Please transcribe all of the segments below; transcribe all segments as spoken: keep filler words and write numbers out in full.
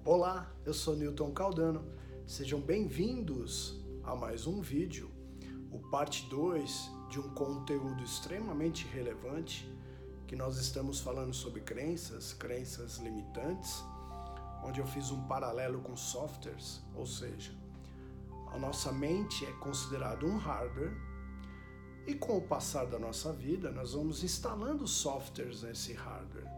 Olá, eu sou Newton Caldano, sejam bem-vindos a mais um vídeo, o parte dois de um conteúdo extremamente relevante que nós estamos falando sobre crenças, crenças limitantes, onde eu fiz um paralelo com softwares, ou seja, a nossa mente é considerada um hardware e com o passar da nossa vida nós vamos instalando softwares nesse hardware.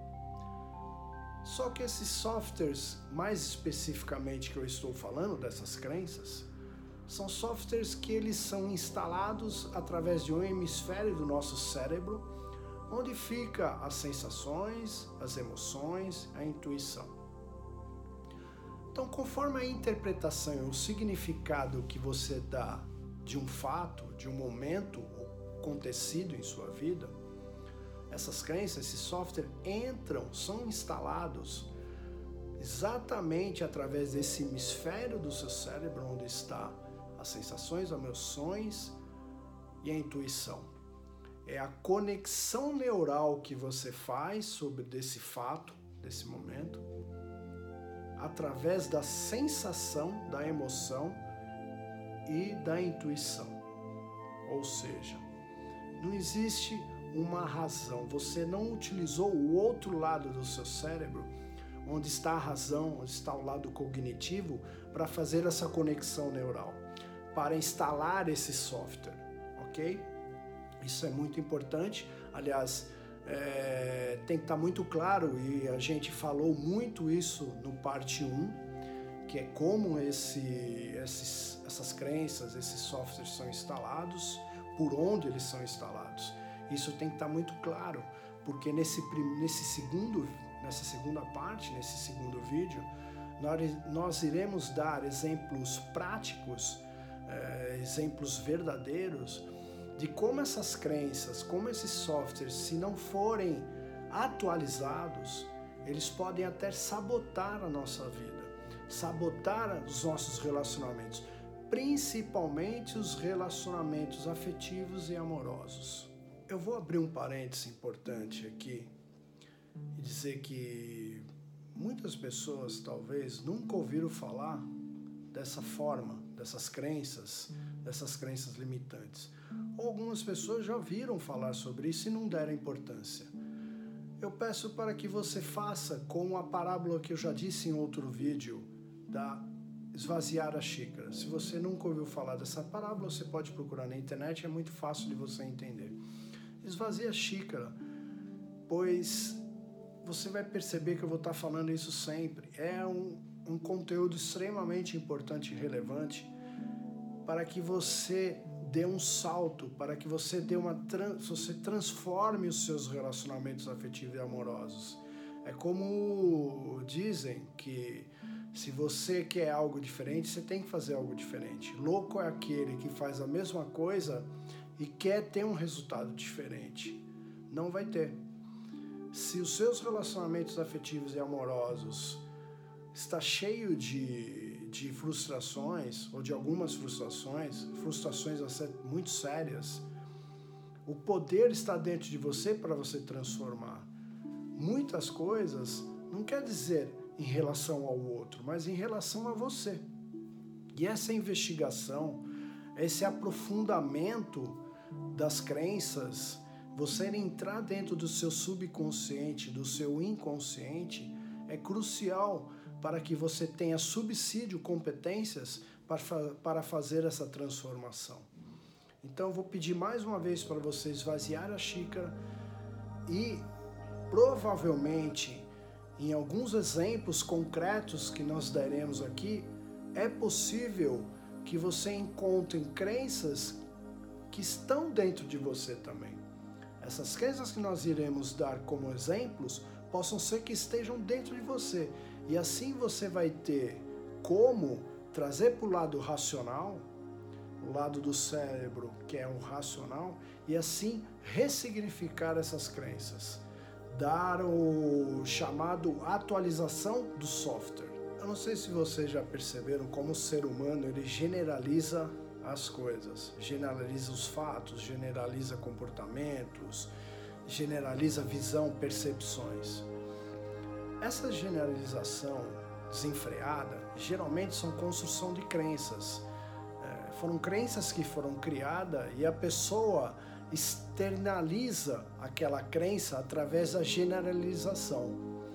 Só que esses softwares, mais especificamente que eu estou falando dessas crenças, são softwares que eles são instalados através de um hemisfério do nosso cérebro, onde fica as sensações, as emoções, a intuição. Então, conforme a interpretação e o significado que você dá de um fato, de um momento acontecido em sua vida, essas crenças, esse software entram, são instalados exatamente através desse hemisfério do seu cérebro onde está as sensações, as emoções e a intuição. É a conexão neural que você faz sobre desse fato, desse momento, através da sensação, da emoção e da intuição. Ou seja, não existe uma razão, você não utilizou o outro lado do seu cérebro, onde está a razão, onde está o lado cognitivo, para fazer essa conexão neural, para instalar esse software, ok? Isso é muito importante, aliás, é, tem que estar muito claro, e a gente falou muito isso no parte um, que é como esse, esses, essas crenças, esses softwares são instalados, por onde eles são instalados. Isso tem que estar muito claro, porque nesse, nesse segundo, nessa segunda parte, nesse segundo vídeo, nós, nós iremos dar exemplos práticos, eh, exemplos verdadeiros, de como essas crenças, como esses softwares, se não forem atualizados, eles podem até sabotar a nossa vida, sabotar os nossos relacionamentos, principalmente os relacionamentos afetivos e amorosos. Eu vou abrir um parêntese importante aqui e dizer que muitas pessoas talvez nunca ouviram falar dessa forma, dessas crenças, dessas crenças limitantes. Ou algumas pessoas já ouviram falar sobre isso e não deram importância. Eu peço para que você faça com a parábola que eu já disse em outro vídeo, da esvaziar a xícara. Se você nunca ouviu falar dessa parábola, você pode procurar na internet, é muito fácil de você entender. Esvazie a xícara, pois você vai perceber que eu vou estar falando isso sempre. É um, um conteúdo extremamente importante e relevante para que você dê um salto, para que você dê uma trans, você transforme os seus relacionamentos afetivos e amorosos. É como dizem que se você quer algo diferente, você tem que fazer algo diferente. Louco é aquele que faz a mesma coisa e quer ter um resultado diferente. Não vai ter. Se os seus relacionamentos afetivos e amorosos está cheio de, de frustrações, ou de algumas frustrações, frustrações muito sérias, o poder está dentro de você para você transformar. Muitas coisas não quer dizer em relação ao outro, mas em relação a você. E essa investigação, esse aprofundamento das crenças, você entrar dentro do seu subconsciente, do seu inconsciente, é crucial para que você tenha subsídio, competências para, para fazer essa transformação. Então eu vou pedir mais uma vez para você esvaziar a xícara e provavelmente, em alguns exemplos concretos que nós daremos aqui, é possível que você encontre crenças que estão dentro de você também. Essas crenças que nós iremos dar como exemplos possam ser que estejam dentro de você. E assim você vai ter como trazer para o lado racional, o lado do cérebro que é o racional, e assim ressignificar essas crenças. Dar o chamado atualização do software. Eu não sei se vocês já perceberam como o ser humano ele generaliza as coisas, generaliza os fatos, generaliza comportamentos, generaliza visão, percepções. Essa generalização desenfreada, geralmente são construção de crenças. É, foram crenças que foram criadas e a pessoa externaliza aquela crença através da generalização.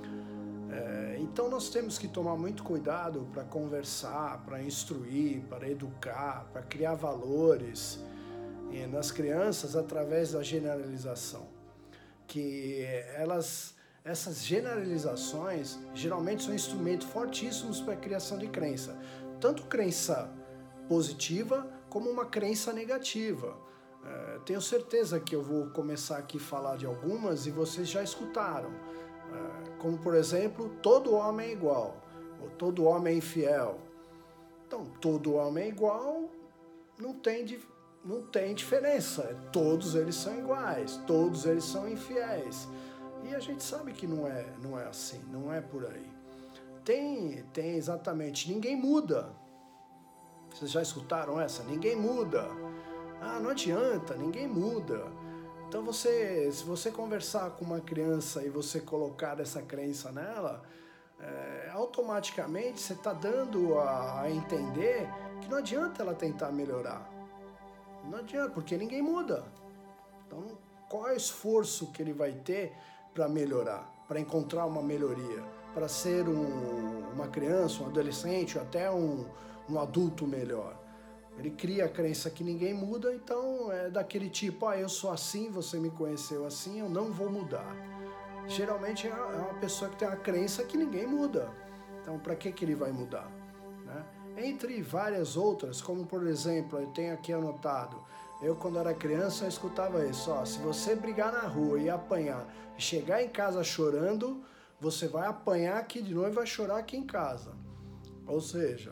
É, então nós temos que tomar muito cuidado para conversar, para instruir, para educar, para criar valores nas crianças através da generalização. Que elas, essas generalizações geralmente são instrumentos fortíssimos para a criação de crença. Tanto crença positiva como uma crença negativa. É, tenho certeza que eu vou começar aqui a falar de algumas e vocês já escutaram. É, como, por exemplo, todo homem é igual, ou todo homem é infiel. Então, todo homem é igual, não tem, não tem diferença. Todos eles são iguais, todos eles são infiéis. E a gente sabe que não é, não é assim, não é por aí. Tem, tem exatamente, ninguém muda. Vocês já escutaram essa? Ninguém muda. Ah, não adianta, ninguém muda. Então, você, se você conversar com uma criança e você colocar essa crença nela, é, automaticamente você está dando a, a entender que não adianta ela tentar melhorar. Não adianta, porque ninguém muda. Então, qual é o esforço que ele vai ter para melhorar, para encontrar uma melhoria, para ser um, uma criança, um adolescente, ou até um, um adulto melhor? Ele cria a crença que ninguém muda, então é daquele tipo, ah, eu sou assim, você me conheceu assim, eu não vou mudar. Geralmente é uma pessoa que tem a crença que ninguém muda. Então, para que, que ele vai mudar? Né? Entre várias outras, como por exemplo, eu tenho aqui anotado, eu quando era criança eu escutava isso, ó, se você brigar na rua e apanhar, e chegar em casa chorando, você vai apanhar aqui de novo e vai chorar aqui em casa. Ou seja,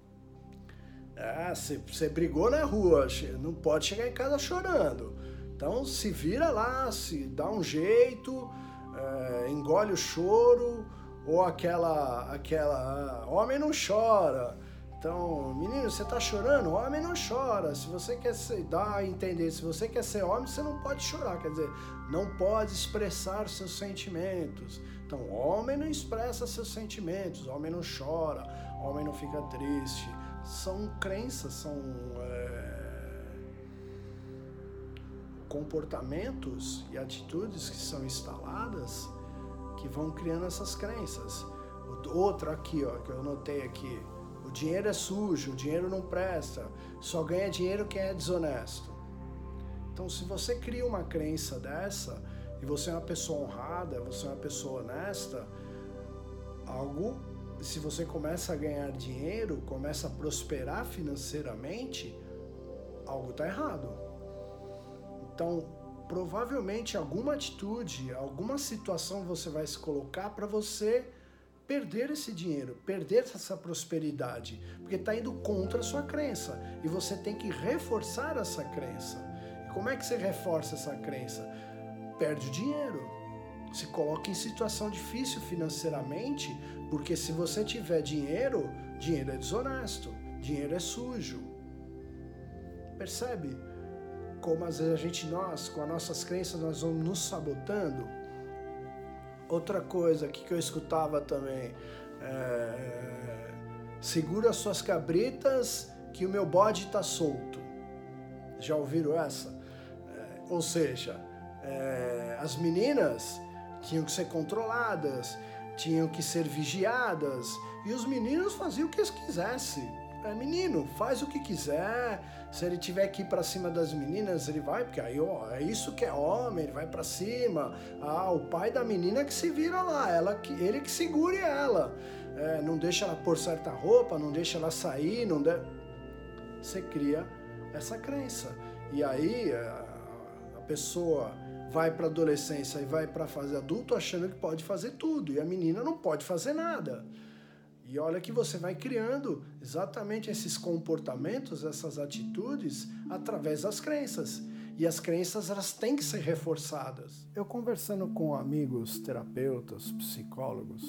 Ah, você, você brigou na rua, não pode chegar em casa chorando. Então se vira lá, se dá um jeito, é, engole o choro, ou aquela, aquela, ah, homem não chora. Então, menino, você tá chorando? Homem não chora. Se você quer ser, dá a entender, se você quer ser homem, você não pode chorar. Quer dizer, não pode expressar seus sentimentos. Então, homem não expressa seus sentimentos, homem não chora, homem não fica triste. São crenças, são é, comportamentos e atitudes que são instaladas que vão criando essas crenças. Outra aqui, ó, que eu anotei aqui. O dinheiro é sujo, o dinheiro não presta, só ganha dinheiro quem é desonesto. Então, se você cria uma crença dessa, e você é uma pessoa honrada, você é uma pessoa honesta, algo... se você começa a ganhar dinheiro, começa a prosperar financeiramente, algo está errado. Então, provavelmente alguma atitude, alguma situação você vai se colocar para você perder esse dinheiro, perder essa prosperidade, porque está indo contra a sua crença e você tem que reforçar essa crença. E como é que você reforça essa crença? Perde o dinheiro. Se coloca em situação difícil financeiramente, porque se você tiver dinheiro, dinheiro é desonesto, dinheiro é sujo. Percebe como às vezes a gente, nós, com as nossas crenças, nós vamos nos sabotando? Outra coisa aqui que eu escutava também, é, segura as suas cabritas que o meu bode está solto. Já ouviram essa? É, ou seja, é, as meninas tinham que ser controladas, tinham que ser vigiadas, e os meninos faziam o que eles quisessem. É, menino, faz o que quiser, se ele tiver que ir para cima das meninas, ele vai, porque aí ó, é isso que é homem, ele vai para cima. Ah, o pai da menina que se vira lá, ela que, ele que segure ela. É, não deixa ela pôr certa roupa, não deixa ela sair, não de... Você cria essa crença. E aí a, a pessoa vai para a adolescência e vai para a fase adulta achando que pode fazer tudo, e a menina não pode fazer nada. E olha que você vai criando exatamente esses comportamentos, essas atitudes, através das crenças. E as crenças, elas têm que ser reforçadas. Eu conversando com amigos terapeutas, psicólogos,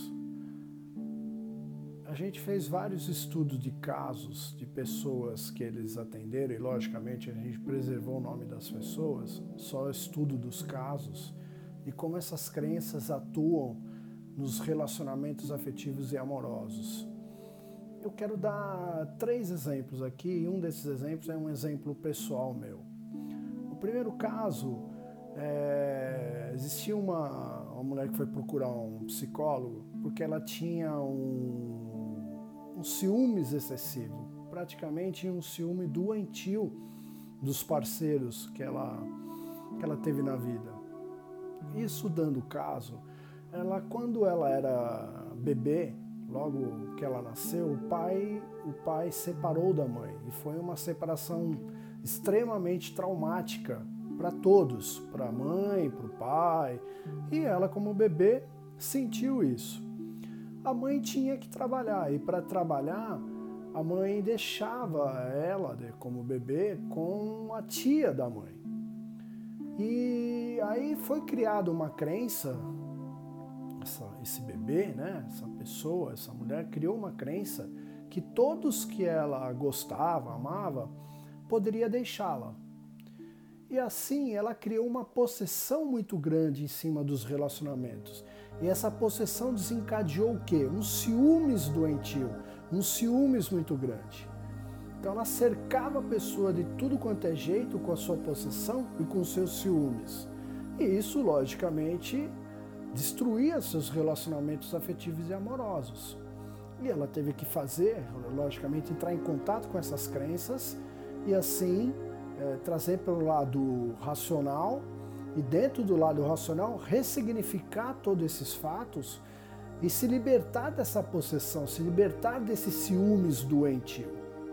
a gente fez vários estudos de casos de pessoas que eles atenderam, e logicamente a gente preservou o nome das pessoas, só estudo dos casos, e como essas crenças atuam nos relacionamentos afetivos e amorosos. Eu quero dar três exemplos aqui, e um desses exemplos é um exemplo pessoal meu. O primeiro caso, é, existia uma, uma mulher que foi procurar um psicólogo porque ela tinha um, um ciúmes excessivo, praticamente um ciúme doentio dos parceiros que ela, que ela teve na vida. Isso dando caso, ela, quando ela era bebê, logo que ela nasceu, o pai, o pai separou da mãe. E foi uma separação extremamente traumática para todos, para a mãe, para o pai. E ela, como bebê, sentiu isso. A mãe tinha que trabalhar. E para trabalhar, a mãe deixava ela, como bebê, com a tia da mãe. E aí foi criada uma crença. Essa, esse bebê, né, essa pessoa, essa mulher criou uma crença que todos que ela gostava, amava, poderia deixá-la. E assim ela criou uma possessão muito grande em cima dos relacionamentos. E essa possessão desencadeou o quê? Um ciúmes doentio, um ciúmes muito grande. Então ela cercava a pessoa de tudo quanto é jeito com a sua possessão e com os seus ciúmes. E isso, logicamente, destruía seus relacionamentos afetivos e amorosos. E ela teve que fazer, logicamente, entrar em contato com essas crenças e assim é, trazer para o lado racional e dentro do lado racional ressignificar todos esses fatos e se libertar dessa possessão, se libertar desses ciúmes doentio.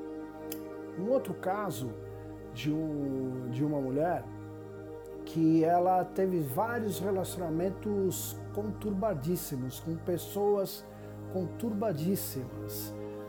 Um outro caso de, um, de uma mulher que ela teve vários relacionamentos conturbadíssimos, com pessoas conturbadíssimas,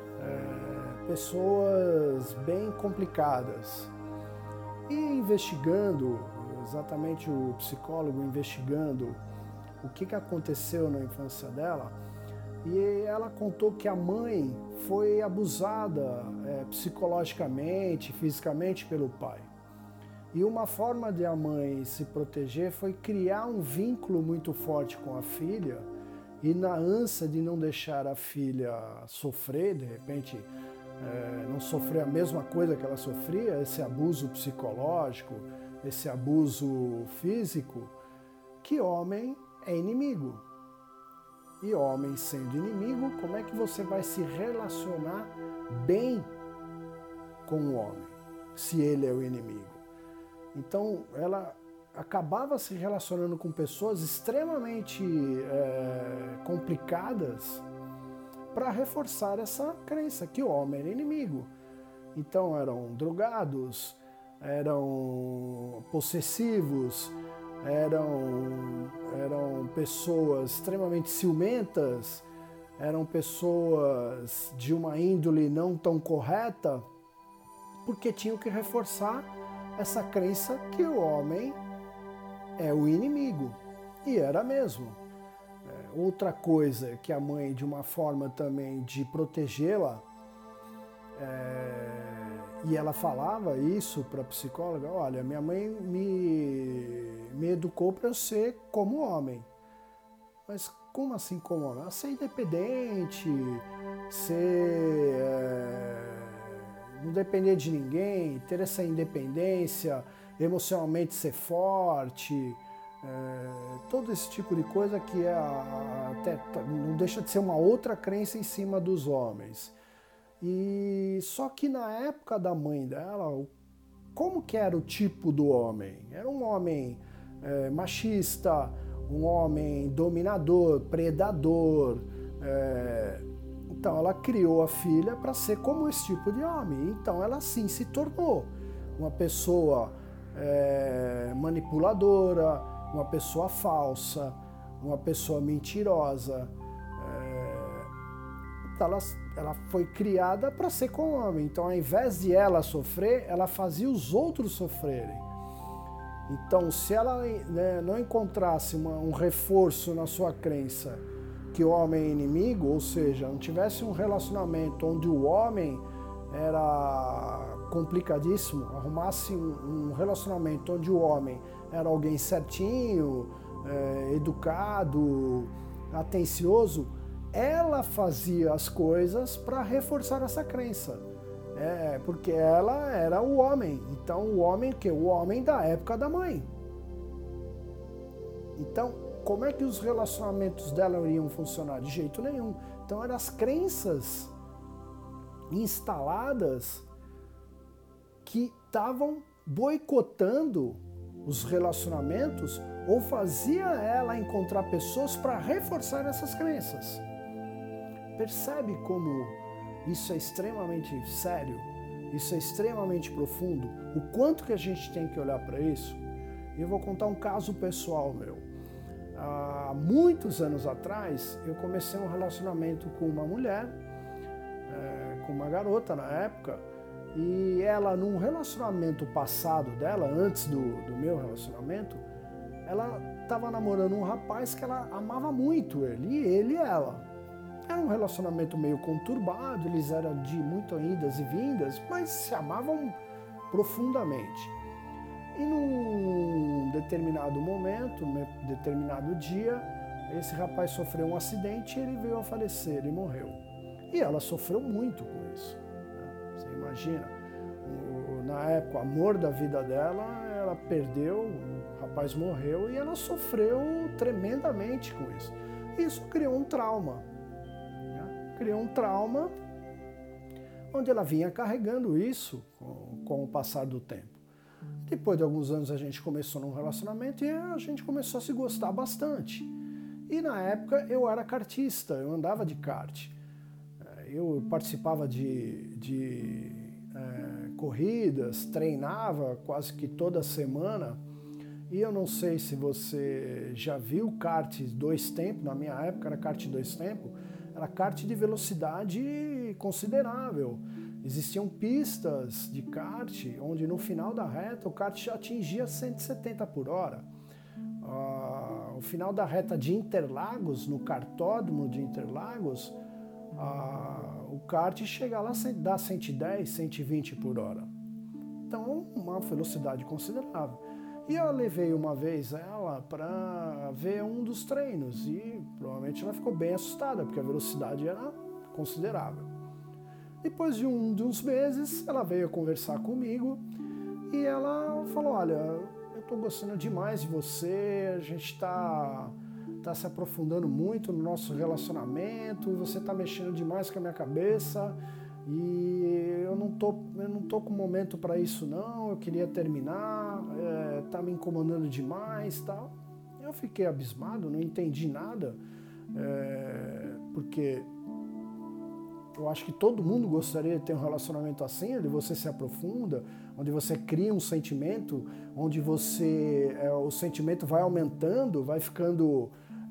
é, pessoas bem complicadas. E investigando, exatamente o psicólogo investigando o que, que aconteceu na infância dela, e ela contou que a mãe foi abusada é, psicologicamente, fisicamente pelo pai. E uma forma de a mãe se proteger foi criar um vínculo muito forte com a filha e na ânsia de não deixar a filha sofrer, de repente é, não sofrer a mesma coisa que ela sofria, esse abuso psicológico, esse abuso físico, que homem é inimigo. E homem sendo inimigo, como é que você vai se relacionar bem com o homem, se ele é o inimigo? Então, ela acabava se relacionando com pessoas extremamente é, complicadas para reforçar essa crença que o homem era inimigo. Então, eram drogados, eram possessivos, eram, eram pessoas extremamente ciumentas, eram pessoas de uma índole não tão correta, porque tinham que reforçar essa crença que o homem é o inimigo. E era mesmo. É, outra coisa que a mãe, de uma forma também de protegê-la, é, e ela falava isso para a psicóloga, olha, minha mãe me, me educou para eu ser como homem. Mas como assim como homem? Ser independente, ser... É, não depender de ninguém, ter essa independência, emocionalmente ser forte, é, todo esse tipo de coisa que é até, não deixa de ser uma outra crença em cima dos homens. E só que na época da mãe dela, como que era o tipo do homem? Era um homem é, machista, um homem dominador, predador. É, então ela criou a filha para ser como esse tipo de homem. Então ela sim se tornou uma pessoa é, manipuladora, uma pessoa falsa, uma pessoa mentirosa. É, então ela, ela foi criada para ser como homem. Então ao invés de ela sofrer, ela fazia os outros sofrerem. Então se ela, né, não encontrasse uma, um reforço na sua crença que o homem é inimigo, ou seja, não tivesse um relacionamento onde o homem era complicadíssimo, arrumasse um, um relacionamento onde o homem era alguém certinho, é, educado, atencioso, ela fazia as coisas para reforçar essa crença. É, porque ela era o homem. Então o homem que o homem da época da mãe. Então, como é que os relacionamentos dela iriam funcionar? De jeito nenhum. Então eram as crenças instaladas que estavam boicotando os relacionamentos ou fazia ela encontrar pessoas para reforçar essas crenças. Percebe como isso é extremamente sério? Isso é extremamente profundo? O quanto que a gente tem que olhar para isso? E eu vou contar um caso pessoal meu. Há muitos anos atrás, eu comecei um relacionamento com uma mulher, é, com uma garota na época, e ela, num relacionamento passado dela, antes do, do meu relacionamento, ela estava namorando um rapaz que ela amava muito ele, e ele e ela. Era um relacionamento meio conturbado, eles eram de muitas idas e vindas, mas se amavam profundamente. E num determinado momento, num determinado dia, esse rapaz sofreu um acidente e ele veio a falecer, ele morreu. E ela sofreu muito com isso. Né? Você imagina, na época, o amor da vida dela, ela perdeu, o rapaz morreu e ela sofreu tremendamente com isso. Isso criou um trauma. Né? Criou um trauma onde ela vinha carregando isso com, com o passar do tempo. Depois de alguns anos a gente começou num relacionamento e a gente começou a se gostar bastante. E na época eu era kartista, eu andava de kart. Eu participava de, de é, corridas, treinava quase que toda semana. E eu não sei se você já viu kart dois tempos, na minha época era kart dois tempos, era kart de velocidade considerável. Existiam pistas de kart onde no final da reta o kart já atingia cento e setenta por hora. Ah, o final da reta de Interlagos, no kartódromo de Interlagos, ah, o kart chega lá a dar cento e dez, cento e vinte por hora. Então, uma velocidade considerável. E eu levei uma vez ela para ver um dos treinos e provavelmente ela ficou bem assustada, porque a velocidade era considerável. Depois de, um, de uns meses, ela veio conversar comigo e ela falou, olha, eu estou gostando demais de você, a gente está tá se aprofundando muito no nosso relacionamento, você está mexendo demais com a minha cabeça e eu não tô, eu não tô com momento para isso não, eu queria terminar, é, tá me incomodando demais, tal. Eu fiquei abismado, não entendi nada, é, porque eu acho que todo mundo gostaria de ter um relacionamento assim, onde você se aprofunda, onde você cria um sentimento, onde você é, o sentimento vai aumentando, vai ficando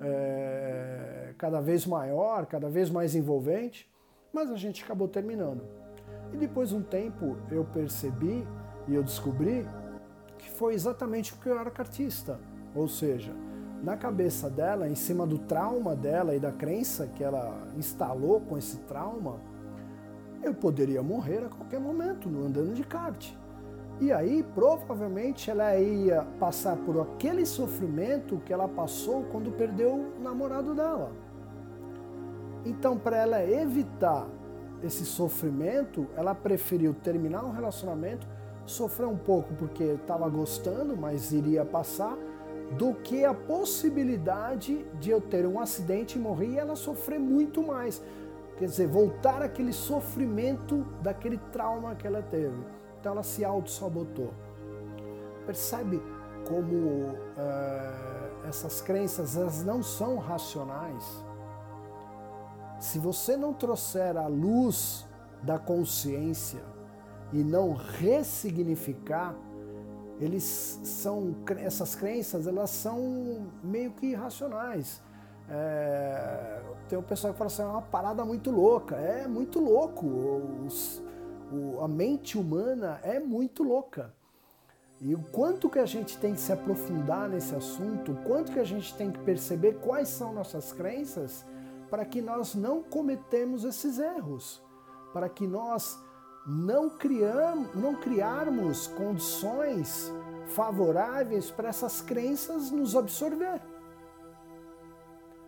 é, cada vez maior, cada vez mais envolvente, mas a gente acabou terminando. E depois de um tempo eu percebi e eu descobri que foi exatamente porque eu era kartista, ou seja, na cabeça dela, em cima do trauma dela e da crença que ela instalou com esse trauma, eu poderia morrer a qualquer momento, andando de kart. E aí, provavelmente, ela ia passar por aquele sofrimento que ela passou quando perdeu o namorado dela. Então, para ela evitar esse sofrimento, ela preferiu terminar um relacionamento, sofrer um pouco porque estava gostando, mas iria passar, do que a possibilidade de eu ter um acidente e morrer e ela sofrer muito mais. Quer dizer, voltar àquele sofrimento daquele trauma que ela teve. Então ela se auto-sabotou. Percebe como uh, essas crenças elas não são racionais? Se você não trouxer a luz da consciência e não ressignificar, eles são, essas crenças, elas são meio que irracionais. É, tem um pessoal que fala assim, é uma parada muito louca. É muito louco. Os, o, a mente humana é muito louca. E o quanto que a gente tem que se aprofundar nesse assunto, o quanto que a gente tem que perceber quais são nossas crenças para que nós não cometemos esses erros, para que nós não, criamos, não criarmos condições favoráveis para essas crenças nos absorver.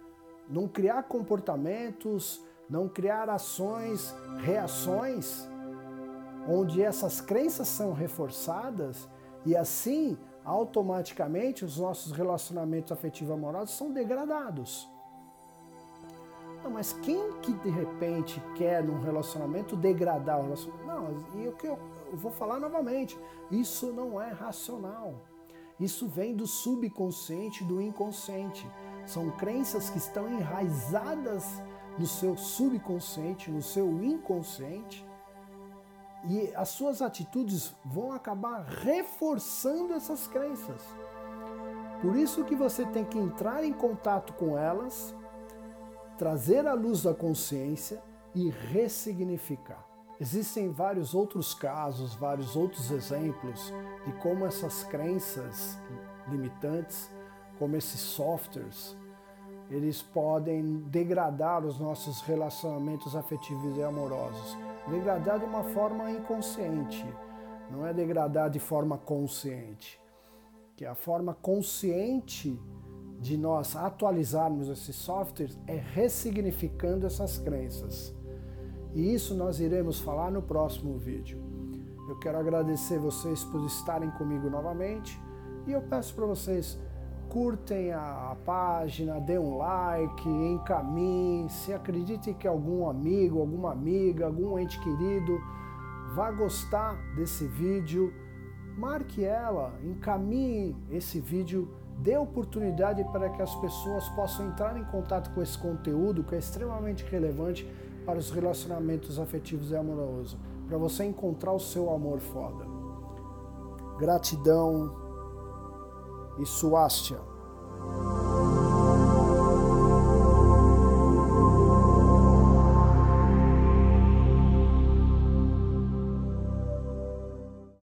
não criar comportamentos, não criar ações, reações, onde essas crenças são reforçadas e assim, automaticamente, os nossos relacionamentos afetivos amorosos são degradados. Não, mas quem que de repente quer num relacionamento degradar o relacionamento? Não, e o que eu, eu vou falar novamente, isso não é racional. Isso vem do subconsciente e do inconsciente. São crenças que estão enraizadas no seu subconsciente, no seu inconsciente, e as suas atitudes vão acabar reforçando essas crenças. Por isso que você tem que entrar em contato com elas, trazer à luz da consciência e ressignificar. Existem vários outros casos, vários outros exemplos de como essas crenças limitantes, como esses softwares, eles podem degradar os nossos relacionamentos afetivos e amorosos. Degradar de uma forma inconsciente, não é degradar de forma consciente. Que a forma consciente de nós atualizarmos esses softwares é ressignificando essas crenças. E isso nós iremos falar no próximo vídeo. Eu quero agradecer vocês por estarem comigo novamente e eu peço para vocês curtem a página, dê um like, encaminhem, se acreditem que algum amigo, alguma amiga, algum ente querido vai gostar desse vídeo, marque ela, encaminhe esse vídeo, dê oportunidade para que as pessoas possam entrar em contato com esse conteúdo que é extremamente relevante para os relacionamentos afetivos e amorosos, para você encontrar o seu amor foda. Gratidão e Swastika.